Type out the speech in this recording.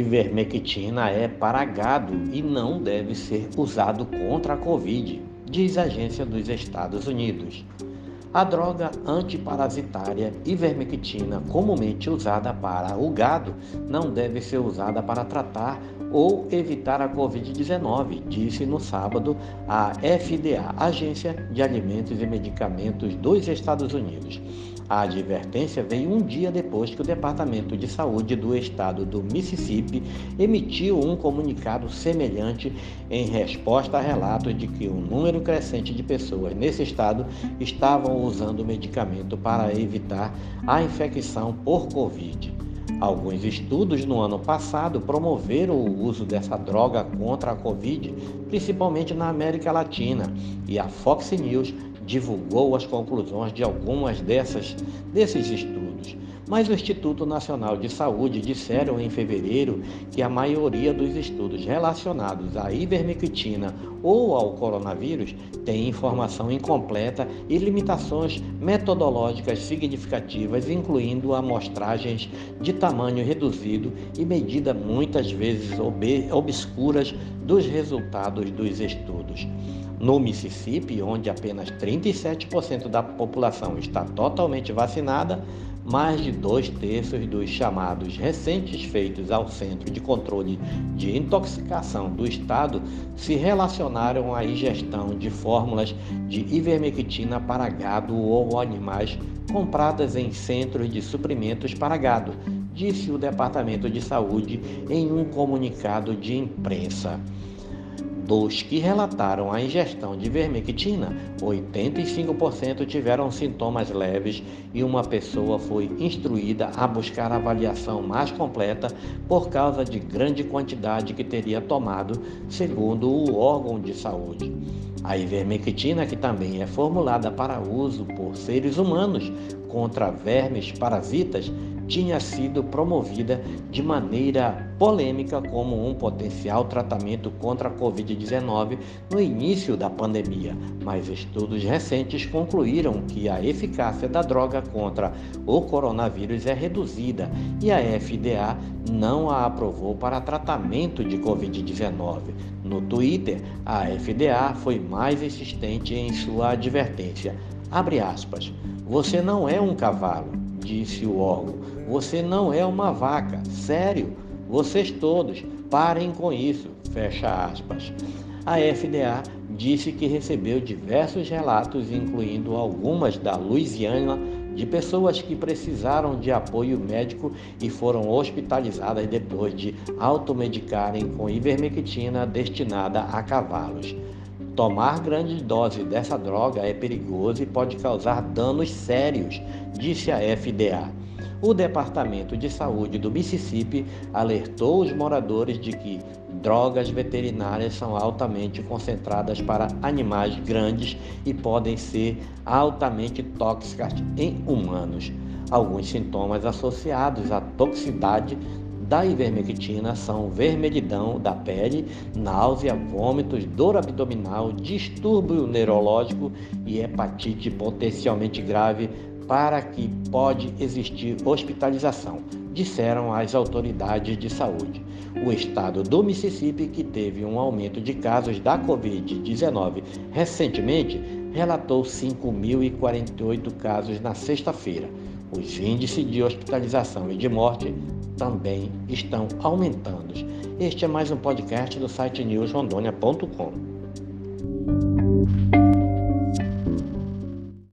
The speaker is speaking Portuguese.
ivermectina é para gado e não deve ser usado contra a Covid, diz a Agência dos Estados Unidos. A droga antiparasitária ivermectina, comumente usada para o gado, não deve ser usada para tratar ou evitar a Covid-19, disse no sábado a FDA, Agência de Alimentos e Medicamentos dos Estados Unidos. A advertência veio um dia depois que o Departamento de Saúde do estado do Mississippi emitiu um comunicado semelhante em resposta a relatos de que um número crescente de pessoas nesse estado estavam usando o medicamento para evitar a infecção por Covid. Alguns estudos no ano passado promoveram o uso dessa droga contra a Covid, principalmente na América Latina, e a Fox News divulgou as conclusões de algumas desses estudos. Mas o Instituto Nacional de Saúde disseram em fevereiro que a maioria dos estudos relacionados à ivermectina ou ao coronavírus tem informação incompleta e limitações metodológicas significativas, incluindo amostragens de tamanho reduzido e medida muitas vezes obscuras dos resultados dos estudos. No Mississippi, onde apenas 37% da população está totalmente vacinada, mais de 2/3 dos chamados recentes feitos ao Centro de Controle de Intoxicação do Estado se relacionaram à ingestão de fórmulas de ivermectina para gado ou animais compradas em centros de suprimentos para gado, disse o Departamento de Saúde em um comunicado de imprensa. Dos que relataram a ingestão de ivermectina, 85% tiveram sintomas leves e uma pessoa foi instruída a buscar avaliação mais completa por causa de grande quantidade que teria tomado, segundo o órgão de saúde. A ivermectina, que também é formulada para uso por seres humanos contra vermes parasitas, tinha sido promovida de maneira polêmica como um potencial tratamento contra a Covid-19 no início da pandemia, mas estudos recentes concluíram que a eficácia da droga contra o coronavírus é reduzida e a FDA não a aprovou para tratamento de Covid-19. No Twitter, a FDA foi mais insistente em sua advertência. Abre aspas, "Você não é um cavalo", disse o órgão. "Você não é uma vaca. Sério? Vocês todos, parem com isso." Fecha aspas. A FDA disse que recebeu diversos relatos, incluindo algumas da Louisiana, de pessoas que precisaram de apoio médico e foram hospitalizadas depois de automedicarem com ivermectina destinada a cavalos. Tomar grande dose dessa droga é perigoso e pode causar danos sérios, disse a FDA. O Departamento de Saúde do Mississippi alertou os moradores de que drogas veterinárias são altamente concentradas para animais grandes e podem ser altamente tóxicas em humanos. Alguns sintomas associados à toxicidade da ivermectina são vermelhidão da pele, náusea, vômitos, dor abdominal, distúrbio neurológico e hepatite potencialmente grave para que pode existir hospitalização, disseram as autoridades de saúde. O estado do Mississippi, que teve um aumento de casos da Covid-19 recentemente, relatou 5.048 casos na sexta-feira. Os índices de hospitalização e de morte também estão aumentando. Este é mais um podcast do site newsrondônia.com.